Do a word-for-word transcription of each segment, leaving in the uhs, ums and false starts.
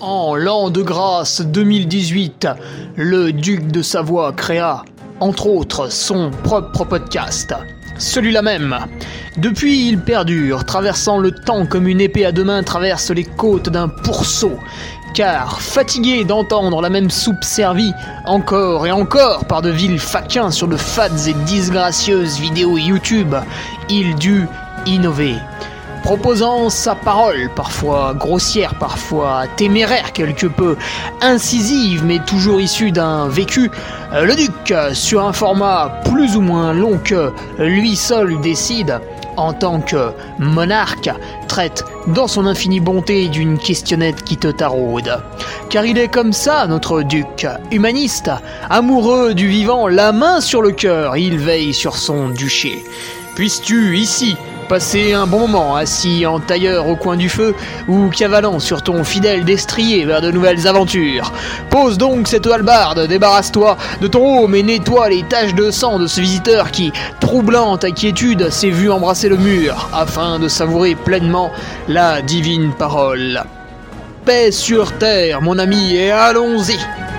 En l'an de grâce deux mille dix-huit, le duc de Savoie créa, entre autres, son propre podcast. Celui-là même. Depuis, il perdure, traversant le temps comme une épée à deux mains traverse les côtes d'un pourceau. Car, fatigué d'entendre la même soupe servie, encore et encore par de vils faquins sur de fades et disgracieuses vidéos YouTube, il dut innover. Proposant sa parole, parfois grossière, parfois téméraire quelque peu, incisive mais toujours issue d'un vécu, le duc, sur un format plus ou moins long que lui seul décide, en tant que monarque, traite dans son infinie bonté d'une questionnette qui te taraude. Car il est comme ça, notre duc, humaniste, amoureux du vivant, la main sur le cœur, il veille sur son duché. Puisses-tu, ici, passer un bon moment assis en tailleur au coin du feu ou cavalant sur ton fidèle destrier vers de nouvelles aventures. Pose donc cette hallebarde, débarrasse-toi de ton home et nettoie les taches de sang de ce visiteur qui, troublant ta quiétude, s'est vu embrasser le mur afin de savourer pleinement la divine parole. Paix sur terre, mon ami, et allons-y!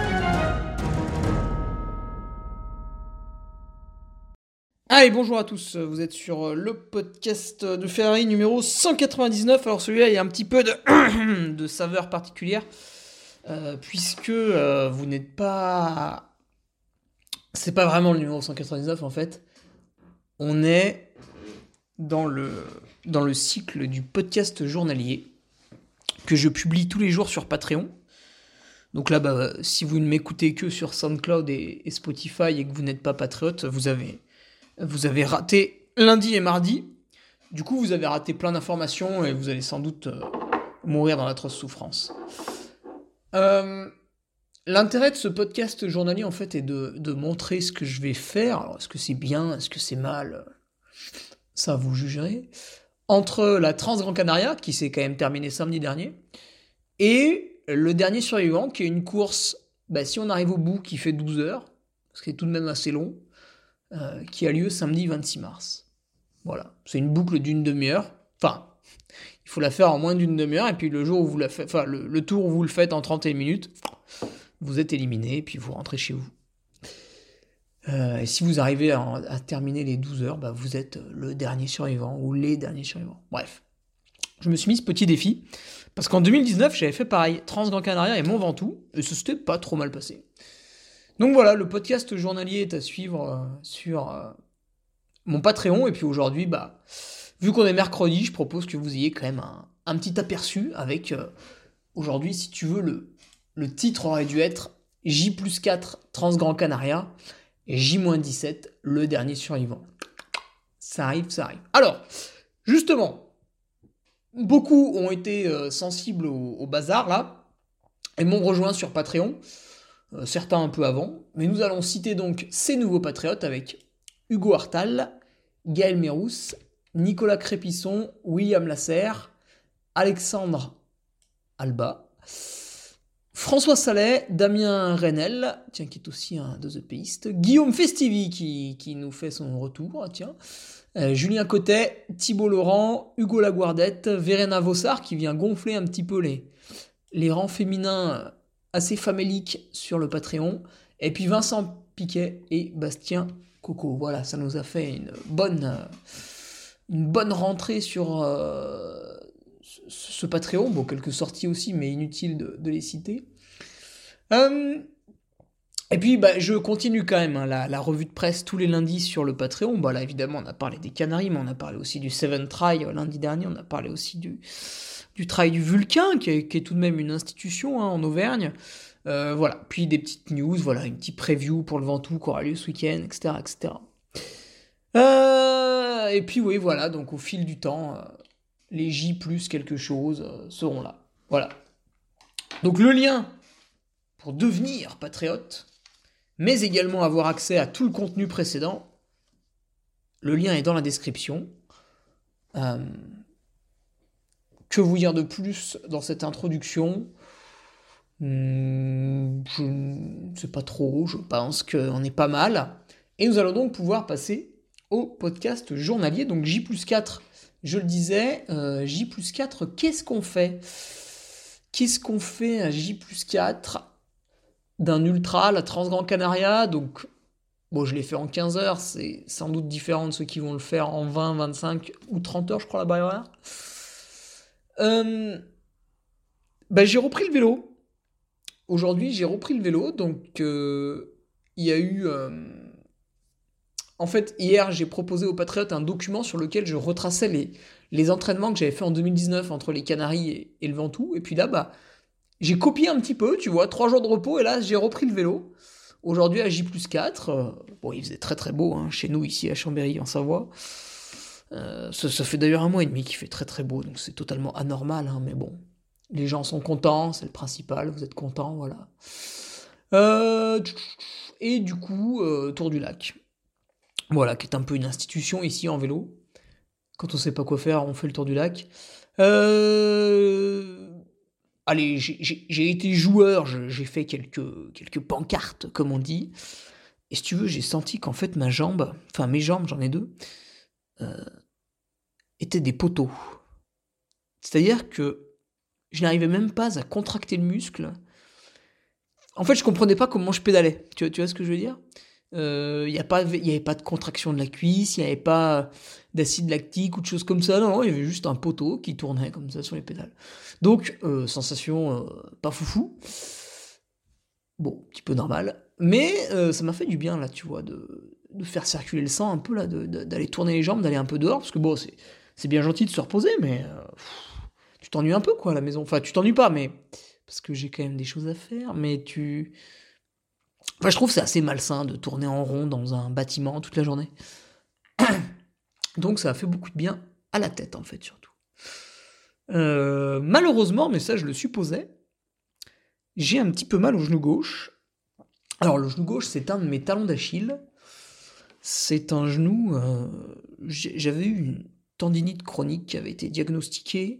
Allez, bonjour à tous, vous êtes sur le podcast de Ferrari numéro cent quatre-vingt-dix-neuf. Alors celui-là, il y a un petit peu de, de saveur particulière, euh, puisque euh, vous n'êtes pas... C'est pas vraiment le numéro cent quatre-vingt-dix-neuf en fait. On est dans le, dans le cycle du podcast journalier que je publie tous les jours sur Patreon. Donc là, bah, si vous ne m'écoutez que sur SoundCloud et, et Spotify et que vous n'êtes pas patriote, vous avez... Vous avez raté lundi et mardi. Du coup, vous avez raté plein d'informations et vous allez sans doute euh, mourir dans l'atroce souffrance. Euh, l'intérêt de ce podcast journalier, en fait, est de, de montrer ce que je vais faire. Alors, est-ce que c'est bien, est-ce que c'est mal? Ça, vous jugerez. Entre la Trans-Gran Canaria, qui s'est quand même terminée samedi dernier, et le dernier survivant, qui est une course, bah, si on arrive au bout, qui fait douze heures, ce qui est tout de même assez long, Euh, qui a lieu samedi vingt-six mars. Voilà, c'est une boucle d'une demi-heure. Enfin, il faut la faire en moins d'une demi-heure, et puis le jour où vous la faites, enfin le, le tour où vous le faites en trente et une minutes, vous êtes éliminé, et puis vous rentrez chez vous. Euh, et si vous arrivez à, à terminer les douze heures, bah vous êtes le dernier survivant, ou les derniers survivants. Bref, je me suis mis ce petit défi, parce qu'en deux mille dix-neuf, j'avais fait pareil, Trans-Gran Canaria et Mont Ventoux, et ça s'était pas trop mal passé. Donc voilà, le podcast journalier est à suivre euh, sur euh, mon Patreon. Et puis aujourd'hui, bah, vu qu'on est mercredi, je propose que vous ayez quand même un, un petit aperçu avec, euh, aujourd'hui, si tu veux, le, le titre aurait dû être J plus quatre Trans-Gran Canaria et J moins dix-sept, le dernier survivant. Ça arrive, ça arrive. Alors, justement, beaucoup ont été euh, sensibles au, au bazar, là, et m'ont rejoint sur Patreon. Euh, certains un peu avant, mais nous allons citer donc ces nouveaux patriotes avec Hugo Hartal, Gaël Mérousse, Nicolas Crépisson, William Lasserre, Alexandre Alba, François Salet, Damien Renel, tiens, qui est aussi un deux-épéiste, Guillaume Festivi, qui, qui nous fait son retour, tiens, euh, Julien Cotet, Thibault Laurent, Hugo Laguardette, Verena Vossard, qui vient gonfler un petit peu les, les rangs féminins assez famélique sur le Patreon, et puis Vincent Piquet et Bastien Coco. Voilà, ça nous a fait une bonne, une bonne rentrée sur euh, ce Patreon. Bon, quelques sorties aussi, mais inutile de, de les citer. Euh, et puis, bah, je continue quand même hein, la, la revue de presse tous les lundis sur le Patreon. Bah, là, évidemment, on a parlé des Canaries, mais on a parlé aussi du Seven Try euh, lundi dernier, on a parlé aussi du... du Trail du Vulcain, qui est, qui est tout de même une institution hein, en Auvergne. Euh, voilà, puis des petites news, voilà, une petite preview pour le Ventoux qui aura lieu ce week-end, et cetera, et cetera. Euh, et puis oui, voilà, donc au fil du temps, euh, les J plus quelque chose euh, seront là. Voilà. Donc le lien pour devenir patriote, mais également avoir accès à tout le contenu précédent, le lien est dans la description. Euh, Que vous dire de plus dans cette introduction ? Hmm, je ne sais pas trop, je pense qu'on est pas mal. Et nous allons donc pouvoir passer au podcast journalier, donc J plus quatre, je le disais, euh, J plus quatre, qu'est-ce qu'on fait ? qu'est-ce qu'on fait à J plus quatre d'un ultra, la Transgran Canaria? Donc, bon, je l'ai fait en quinze heures, c'est sans doute différent de ceux qui vont le faire en vingt, vingt-cinq ou trente heures, je crois, la barrière. Euh, bah, j'ai repris le vélo. Aujourd'hui, j'ai repris le vélo, donc euh, il y a eu... euh, En fait, hier, j'ai proposé aux Patriotes un document sur lequel je retraçais les, les entraînements que j'avais fait en deux mille dix-neuf entre les Canaries et, et le Ventoux. Et puis là, bah, j'ai copié un petit peu, tu vois, trois jours de repos, et là, j'ai repris le vélo. Aujourd'hui, à J plus quatre, euh, bon, il faisait très très beau, hein, chez nous, ici, à Chambéry, en Savoie. Euh, ça, ça fait d'ailleurs un mois et demi qu'il fait très très beau, donc c'est totalement anormal, hein, mais bon. Les gens sont contents, c'est le principal, vous êtes contents, voilà. Euh, et du coup, euh, Tour du Lac. Voilà, qui est un peu une institution ici en vélo. Quand on sait pas quoi faire, on fait le Tour du Lac. Euh... Allez, j'ai, j'ai, j'ai été joueur, je- j'ai fait quelques, quelques pancartes, comme on dit. Et si tu veux, j'ai senti qu'en fait ma jambe, enfin mes jambes, j'en ai deux, euh, étaient des poteaux. C'est-à-dire que je n'arrivais même pas à contracter le muscle. En fait, je comprenais pas comment je pédalais. Tu vois, tu vois ce que je veux dire? Il euh, n'y avait pas de contraction de la cuisse, il n'y avait pas d'acide lactique ou de choses comme ça. Non, il y avait juste un poteau qui tournait comme ça sur les pédales. Donc, euh, sensation euh, pas foufou. Bon, un petit peu normal. Mais euh, ça m'a fait du bien, là, tu vois, de, de faire circuler le sang un peu, là, de, de, d'aller tourner les jambes, d'aller un peu dehors. Parce que bon, c'est, c'est bien gentil de se reposer, mais euh, pff, tu t'ennuies un peu, quoi, à la maison. Enfin, tu t'ennuies pas, mais... Parce que j'ai quand même des choses à faire, mais tu... Enfin, je trouve que c'est assez malsain de tourner en rond dans un bâtiment toute la journée. Donc ça a fait beaucoup de bien à la tête, en fait, surtout. Euh, malheureusement, mais ça je le supposais, j'ai un petit peu mal au genou gauche. Alors le genou gauche, c'est un de mes talons d'Achille. C'est un genou... euh, j'ai- j'avais eu une tendinite chronique qui avait été diagnostiquée...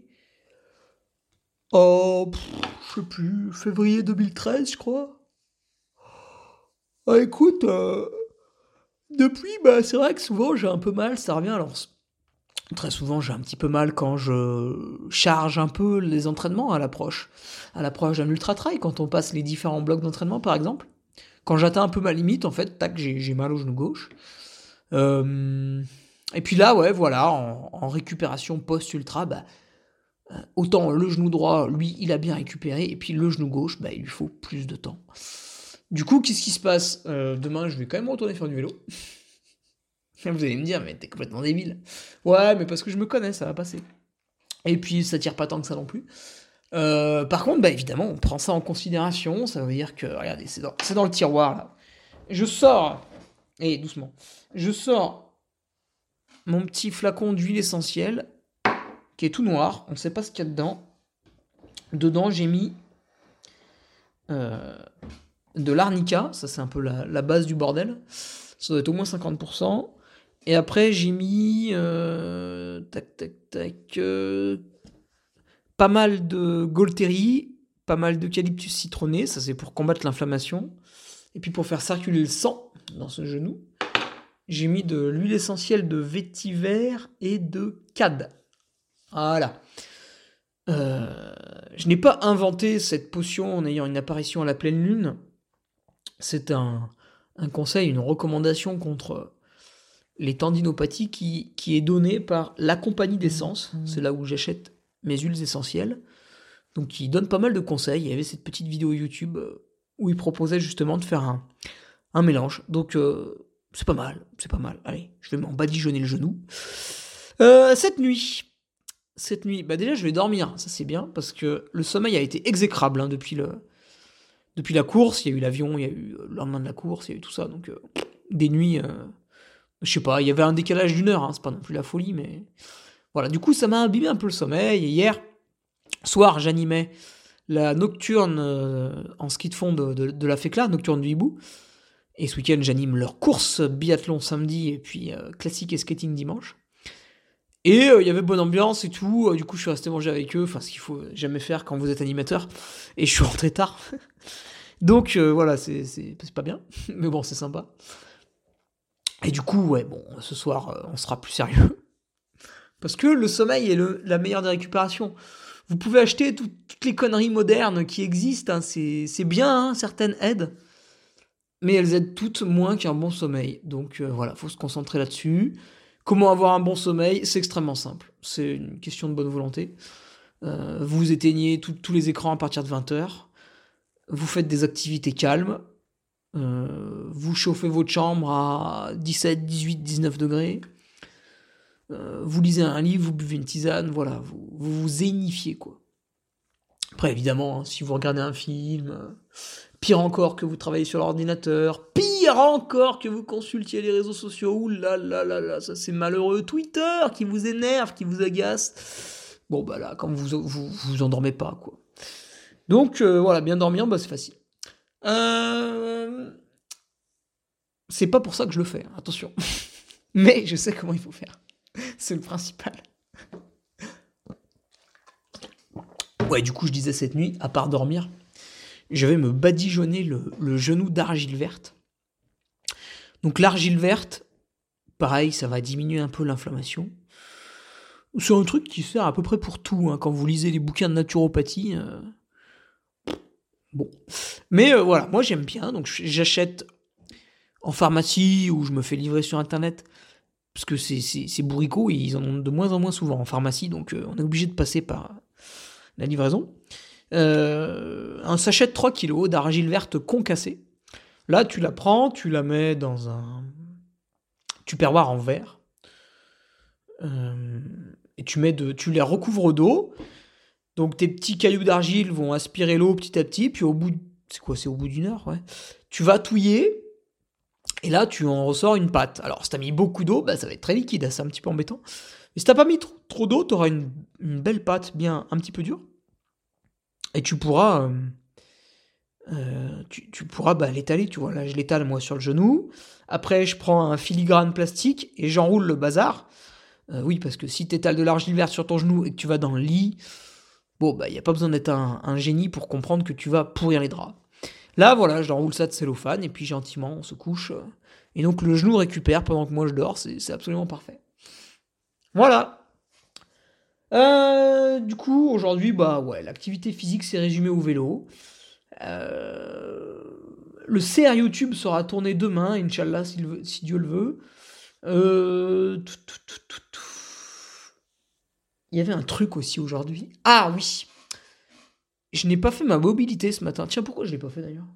Oh, pff, je sais plus, février deux mille treize, je crois. Ah, écoute, euh, depuis, bah, c'est vrai que souvent j'ai un peu mal, ça revient. Alors, s- très souvent j'ai un petit peu mal quand je charge un peu les entraînements à l'approche. À l'approche d'un ultra-trail, quand on passe les différents blocs d'entraînement par exemple. Quand j'atteins un peu ma limite, en fait, tac, j'ai, j'ai mal au genou gauche. Euh, et puis là, ouais, voilà, en, en récupération post-ultra, bah, euh, autant le genou droit, lui, il a bien récupéré, et puis le genou gauche, bah, il lui faut plus de temps. Du coup, qu'est-ce qui se passe? Euh, Demain, je vais quand même retourner faire du vélo. Vous allez me dire, mais t'es complètement débile. Ouais, mais parce que je me connais, ça va passer. Et puis, ça tire pas tant que ça non plus. Euh, par contre, bah évidemment, on prend ça en considération. Ça veut dire que, regardez, c'est dans, c'est dans le tiroir là. Je sors, et doucement, je sors mon petit flacon d'huile essentielle qui est tout noir. On ne sait pas ce qu'il y a dedans. Dedans, j'ai mis euh, de l'arnica. Ça, c'est un peu la, la base du bordel. Ça doit être au moins cinquante pour cent. Et après, j'ai mis. euh, tac, tac, tac. euh, pas mal de Golteri, pas mal d'eucalyptus citronné. Ça, c'est pour combattre l'inflammation. Et puis, pour faire circuler le sang dans ce genou, j'ai mis de l'huile essentielle de vétiver et de cad. Voilà. Euh, je n'ai pas inventé cette potion en ayant une apparition à la pleine lune. C'est un, un conseil, une recommandation contre les tendinopathies qui, qui est donné par la compagnie d'essence. C'est là où j'achète mes huiles essentielles. Donc il donne pas mal de conseils. Il y avait cette petite vidéo YouTube où il proposait justement de faire un, un mélange. Donc euh, c'est pas mal, c'est pas mal. Allez, je vais m'en badigeonner le genou. Euh, cette nuit, cette nuit, bah déjà je vais dormir, ça c'est bien, parce que le sommeil a été exécrable hein, depuis, le, depuis la course. Il y a eu l'avion, il y a eu le lendemain de la course, il y a eu tout ça. Donc euh, des nuits, euh, je sais pas, il y avait un décalage d'une heure, hein, c'est pas non plus la folie, mais voilà. Du coup ça m'a abîmé un peu le sommeil. Et hier soir, j'animais la nocturne euh, en ski de fond de, de, de la Fécla, nocturne du Hibou. Et ce week-end, j'anime leur course biathlon samedi et puis euh, classique et skating dimanche. Et il euh, y avait bonne ambiance et tout. Du coup, je suis resté manger avec eux. Enfin, ce qu'il faut jamais faire quand vous êtes animateur. Et je suis rentré tard. Donc euh, voilà, c'est, c'est, c'est pas bien. Mais bon, c'est sympa. Et du coup, ouais, bon, ce soir, euh, on sera plus sérieux. Parce que le sommeil est le, la meilleure des récupérations. Vous pouvez acheter tout, toutes les conneries modernes qui existent, hein, c'est, c'est bien, hein, certaines aident, mais elles aident toutes moins qu'un bon sommeil. Donc euh, voilà, faut se concentrer là-dessus. Comment avoir un bon sommeil? C'est extrêmement simple. C'est une question de bonne volonté. Euh, vous éteignez tout, tous les écrans à partir de vingt heures. Vous faites des activités calmes. Euh, vous chauffez votre chambre à dix-sept, dix-huit, dix-neuf degrés. Euh, vous lisez un livre, vous buvez une tisane, voilà, vous vous, vous zénifiez, quoi. Après, évidemment, hein, si vous regardez un film, euh, pire encore que vous travaillez sur l'ordinateur, pire encore que vous consultiez les réseaux sociaux, ouh là là là là, ça c'est malheureux, Twitter qui vous énerve, qui vous agace, bon bah là, quand vous vous, vous endormez pas, quoi. Donc euh, voilà, bien dormir, bah c'est facile. Euh... C'est pas pour ça que je le fais, hein, attention. Mais je sais comment il faut faire. C'est le principal. Ouais, du coup, je disais cette nuit, à part dormir, je vais me badigeonner le, le genou d'argile verte. Donc l'argile verte, pareil, ça va diminuer un peu l'inflammation. C'est un truc qui sert à peu près pour tout, hein, quand vous lisez les bouquins de naturopathie. Euh... Bon. Mais euh, voilà, moi j'aime bien, donc j'achète en pharmacie ou je me fais livrer sur internet. Parce que c'est, c'est, c'est bourricot et ils en ont de moins en moins souvent en pharmacie, donc euh, on est obligé de passer par la livraison. Euh, un sachet de trois kilos d'argile verte concassée. Là, tu la prends, tu la mets dans un tupperware en verre. Euh, et tu, mets de, tu les recouvres d'eau. Donc tes petits cailloux d'argile vont aspirer l'eau petit à petit. Puis au bout, de, c'est quoi, c'est au bout d'une heure, ouais. Tu vas touiller. Et là, tu en ressors une pâte. Alors, si t'as mis beaucoup d'eau, bah, ça va être très liquide, c'est un petit peu embêtant. Mais si t'as pas mis trop, trop d'eau, t'auras une, une belle pâte, bien un petit peu dure. Et tu pourras, euh, euh, tu, tu pourras bah, l'étaler, tu vois. Là, je l'étale, moi, sur le genou. Après, je prends un filigrane plastique et j'enroule le bazar. Euh, oui, parce que si t'étales de l'argile verte sur ton genou et que tu vas dans le lit, bon, bah, y a pas besoin d'être un, un génie pour comprendre que tu vas pourrir les draps. Là, voilà, je l'enroule ça de cellophane, et puis gentiment, on se couche. Et donc, le genou récupère pendant que moi je dors, c'est, c'est absolument parfait. Voilà. Euh, du coup, aujourd'hui, bah ouais, l'activité physique s'est résumée au vélo. Euh, le C R YouTube sera tourné demain, Inch'Allah, si, le, si Dieu le veut. Euh, tout, tout, tout, tout, tout. Il y avait un truc aussi aujourd'hui. Ah oui. Je n'ai pas fait ma mobilité ce matin. Tiens, pourquoi je ne l'ai pas fait d'ailleurs?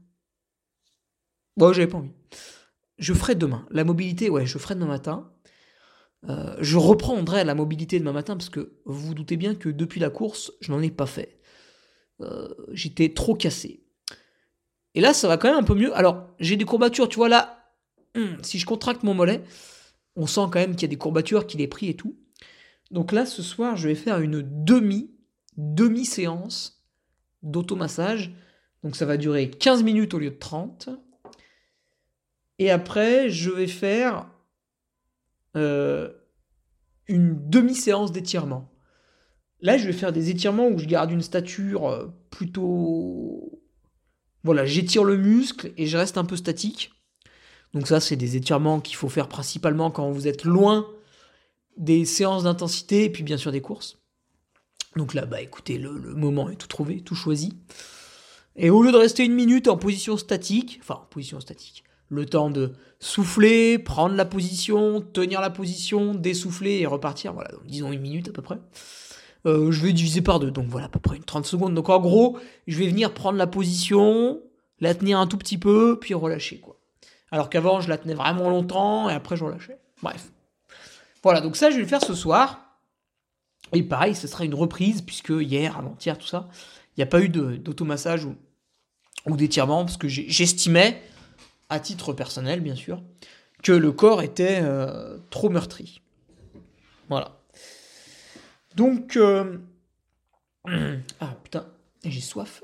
Bon, j'avais pas envie. Je ferai demain. La mobilité, ouais, je ferai demain matin. Euh, je reprendrai la mobilité demain matin parce que vous vous doutez bien que depuis la course, je n'en ai pas fait. Euh, j'étais trop cassé. Et là, ça va quand même un peu mieux. Alors, j'ai des courbatures, tu vois, là, hum, si je contracte mon mollet, on sent quand même qu'il y a des courbatures, qu'il est pris et tout. Donc là, ce soir, je vais faire une demi, demi-séance d'automassage. Donc ça va durer quinze minutes au lieu de trente. Et après, je vais faire euh, une demi-séance d'étirement. Là, je vais faire des étirements où je garde une stature plutôt... Voilà, j'étire le muscle et je reste un peu statique. Donc ça, c'est des étirements qu'il faut faire principalement quand vous êtes loin des séances d'intensité et puis bien sûr des courses. Donc là, bah écoutez, le, le moment est tout trouvé, tout choisi. Et au lieu de rester une minute en position statique, enfin en position statique, le temps de souffler, prendre la position, tenir la position, dessouffler et repartir, voilà, donc disons une minute à peu près, euh, je vais diviser par deux, donc voilà, à peu près une trente secondes. Donc en gros, je vais venir prendre la position, la tenir un tout petit peu, puis relâcher, quoi. Alors qu'avant, je la tenais vraiment longtemps, et après je relâchais. Bref. Voilà, donc ça, je vais le faire ce soir. Et pareil, ce sera une reprise, puisque hier, avant-hier, tout ça, il n'y a pas eu de, d'automassage ou, ou d'étirement, parce que j'estimais, à titre personnel, bien sûr, que le corps était euh, trop meurtri. Voilà. Donc, euh... ah putain, j'ai soif.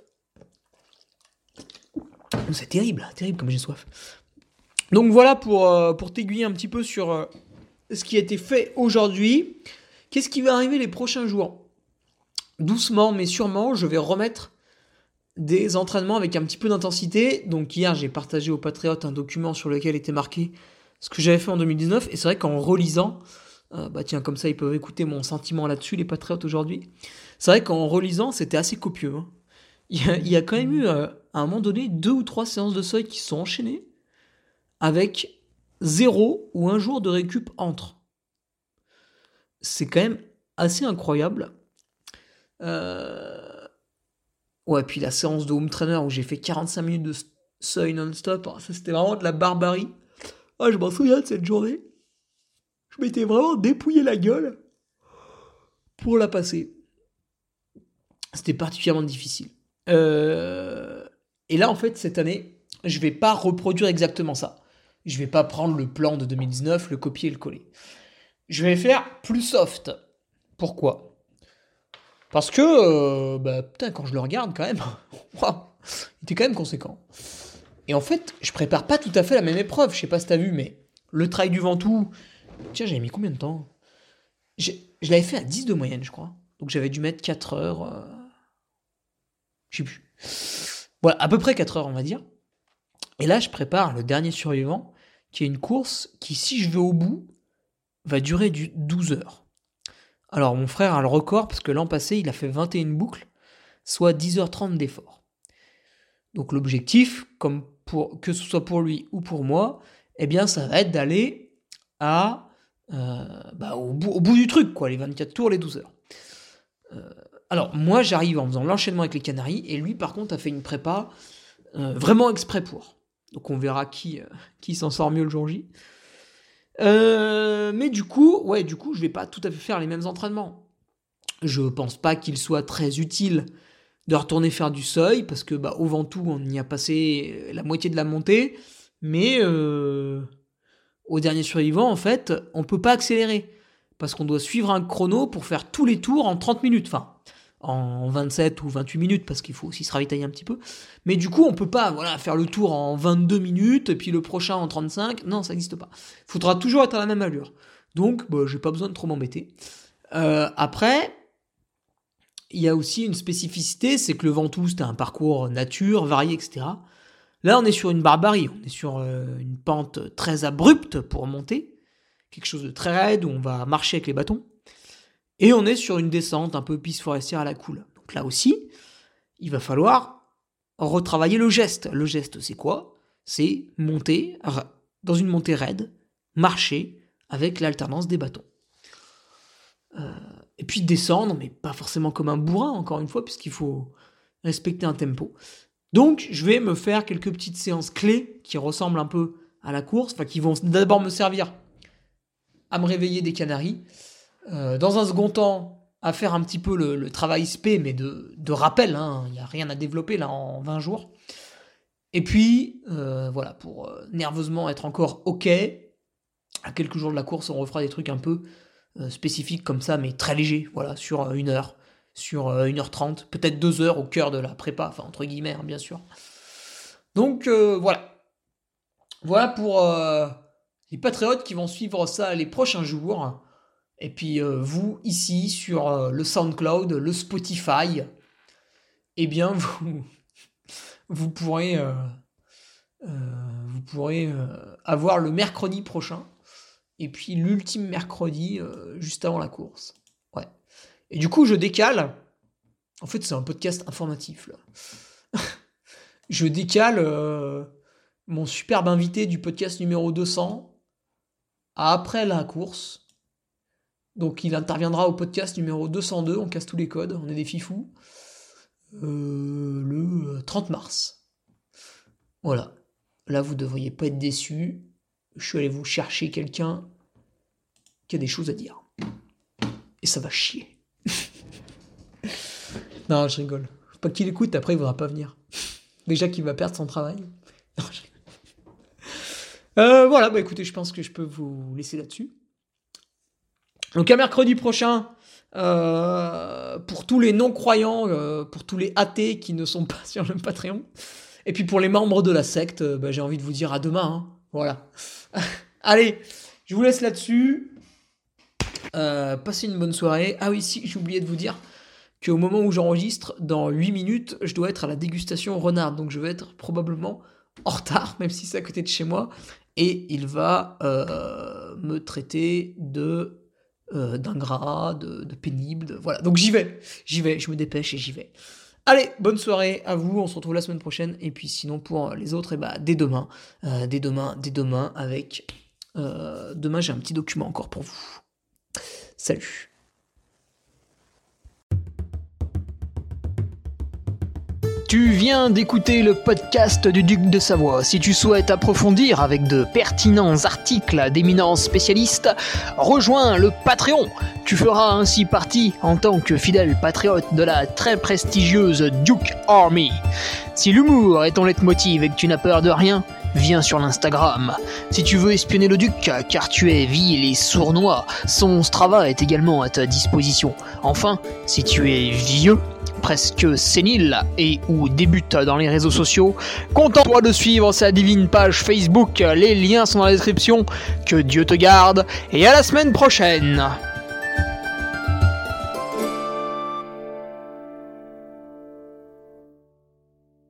C'est terrible, terrible comme j'ai soif. Donc voilà pour, euh, pour t'aiguiller un petit peu sur euh, ce qui a été fait aujourd'hui. Qu'est-ce qui va arriver les prochains jours? Doucement mais sûrement, je vais remettre des entraînements avec un petit peu d'intensité. Donc hier, j'ai partagé aux Patriotes un document sur lequel était marqué ce que j'avais fait en deux mille dix-neuf. Et c'est vrai qu'en relisant, Euh, bah tiens, comme ça, ils peuvent écouter mon sentiment là-dessus, les patriotes, aujourd'hui. C'est vrai qu'en relisant, c'était assez copieux. Hein. Il, y a, il y a quand même eu, euh, à un moment donné, deux ou trois séances de seuil qui se sont enchaînées avec zéro ou un jour de récup entre. C'est quand même assez incroyable. Euh... Ouais, puis la séance de home trainer où j'ai fait quarante-cinq minutes de seuil non-stop, ça c'était vraiment de la barbarie. Ah, je m'en souviens de cette journée. Je m'étais vraiment dépouillé la gueule pour la passer. C'était particulièrement difficile. Euh... Et là, en fait, cette année, je vais pas reproduire exactement ça. Je vais pas prendre le plan de deux mille dix-neuf, le copier et le coller. Je vais faire plus soft. Pourquoi ? Parce que, euh, bah, putain, quand je le regarde, quand même, il était quand même conséquent. Et en fait, je prépare pas tout à fait la même épreuve. Je sais pas si t'as vu, mais le trail du Ventoux, tiens, j'avais mis combien de temps ? J'ai, Je l'avais fait à dix de moyenne, je crois. Donc j'avais dû mettre quatre heures. Euh... Je sais plus. Voilà, à peu près quatre heures, on va dire. Et là, je prépare le dernier survivant, qui est une course qui, si je vais au bout, va durer du douze heures. Alors, mon frère a le record, parce que l'an passé, il a fait vingt et une boucles, soit dix heures trente d'effort. Donc, l'objectif, comme pour, que ce soit pour lui ou pour moi, eh bien, ça va être d'aller à, euh, bah, au, bout, au bout du truc, quoi, les vingt-quatre tours, les douze heures. Euh, alors, moi, j'arrive en faisant l'enchaînement avec les Canaries, et lui, par contre, a fait une prépa euh, vraiment exprès pour. Donc, on verra qui, euh, qui s'en sort mieux le jour J. Euh, mais du coup, ouais, du coup, je vais pas tout à fait faire les mêmes entraînements. Je pense pas qu'il soit très utile de retourner faire du seuil, parce que bah, au Ventoux, on y a passé la moitié de la montée, mais euh, au dernier survivant, en fait, on peut pas accélérer, parce qu'on doit suivre un chrono pour faire tous les tours en trente minutes, enfin, en vingt-sept ou vingt-huit minutes, parce qu'il faut aussi se ravitailler un petit peu. Mais du coup, on peut pas voilà, faire le tour en vingt-deux minutes, et puis le prochain en trente-cinq. Non, ça n'existe pas. Il faudra toujours être à la même allure. Donc, bah, j'ai pas besoin de trop m'embêter. Euh, après, il y a aussi une spécificité, c'est que le Ventoux, c'était un parcours nature, varié, et cetera. Là, on est sur une barbarie. On est sur euh, une pente très abrupte pour monter. Quelque chose de très raide, où on va marcher avec les bâtons. Et on est sur une descente un peu piste forestière à la cool. Donc là aussi, il va falloir retravailler le geste. Le geste, c'est quoi ? C'est monter dans une montée raide, marcher avec l'alternance des bâtons. Euh, et puis descendre, mais pas forcément comme un bourrin, encore une fois, puisqu'il faut respecter un tempo. Donc, je vais me faire quelques petites séances clés qui ressemblent un peu à la course, enfin qui vont d'abord me servir à me réveiller des Canaries. Euh, dans un second temps, à faire un petit peu le, le travail S P, mais de, de rappel, hein, il n'y a rien à développer là en vingt jours. Et puis, euh, voilà, pour euh, nerveusement être encore OK, à quelques jours de la course, on refera des trucs un peu euh, spécifiques comme ça, mais très légers, voilà, sur euh, une heure, sur euh, une heure trente, peut-être deux heures au cœur de la prépa, enfin entre guillemets, hein, bien sûr. Donc, euh, voilà. Voilà pour euh, les patriotes qui vont suivre ça les prochains jours. Et puis euh, vous, ici, sur euh, le SoundCloud, le Spotify, eh bien, vous, vous pourrez, euh, euh, vous pourrez euh, avoir le mercredi prochain, et puis l'ultime mercredi, euh, juste avant la course. Ouais. Et du coup, je décale. En fait, c'est un podcast informatif, là. Je décale euh, mon superbe invité du podcast numéro deux cents à après la course. Donc il interviendra au podcast numéro deux cent deux, on casse tous les codes, on est des fifous, euh, le trente mars. Voilà. Là, vous ne devriez pas être déçus. Je suis allé vous chercher quelqu'un qui a des choses à dire. Et ça va chier. Non, je rigole. Faut pas qu'il écoute, après il ne voudra pas venir. Déjà qu'il va perdre son travail. Non, je rigole. Euh, voilà, bah écoutez, je pense que je peux vous laisser là-dessus. Donc à mercredi prochain, euh, pour tous les non-croyants, euh, pour tous les athées qui ne sont pas sur le Patreon, et puis pour les membres de la secte, euh, bah, j'ai envie de vous dire à demain. Hein. Voilà. Allez, je vous laisse là-dessus. Euh, passez une bonne soirée. Ah oui, si, j'ai oublié de vous dire qu'au moment où j'enregistre, dans huit minutes, je dois être à la dégustation Renard, donc je vais être probablement en retard, même si c'est à côté de chez moi, et il va euh, me traiter de... euh, d'ingrat, de, de pénible, de... voilà. Donc j'y vais, j'y vais, je me dépêche et j'y vais. Allez, bonne soirée à vous, on se retrouve la semaine prochaine, et puis sinon pour les autres, et bah dès demain, euh, dès demain, dès demain, avec... Euh, demain j'ai un petit document encore pour vous. Salut. Tu viens d'écouter le podcast du Duc de Savoie. Si tu souhaites approfondir avec de pertinents articles d'éminents spécialistes, rejoins le Patreon. Tu feras ainsi partie, en tant que fidèle patriote, de la très prestigieuse Duke Army. Si l'humour est ton leitmotiv et que tu n'as peur de rien, viens sur l'Instagram. Si tu veux espionner le Duc, car tu es vil et sournois, son Strava est également à ta disposition. Enfin, si tu es vieux, presque sénile et ou débute dans les réseaux sociaux, contente-toi de suivre sa divine page Facebook, les liens sont dans la description. Que Dieu te garde et à la semaine prochaine.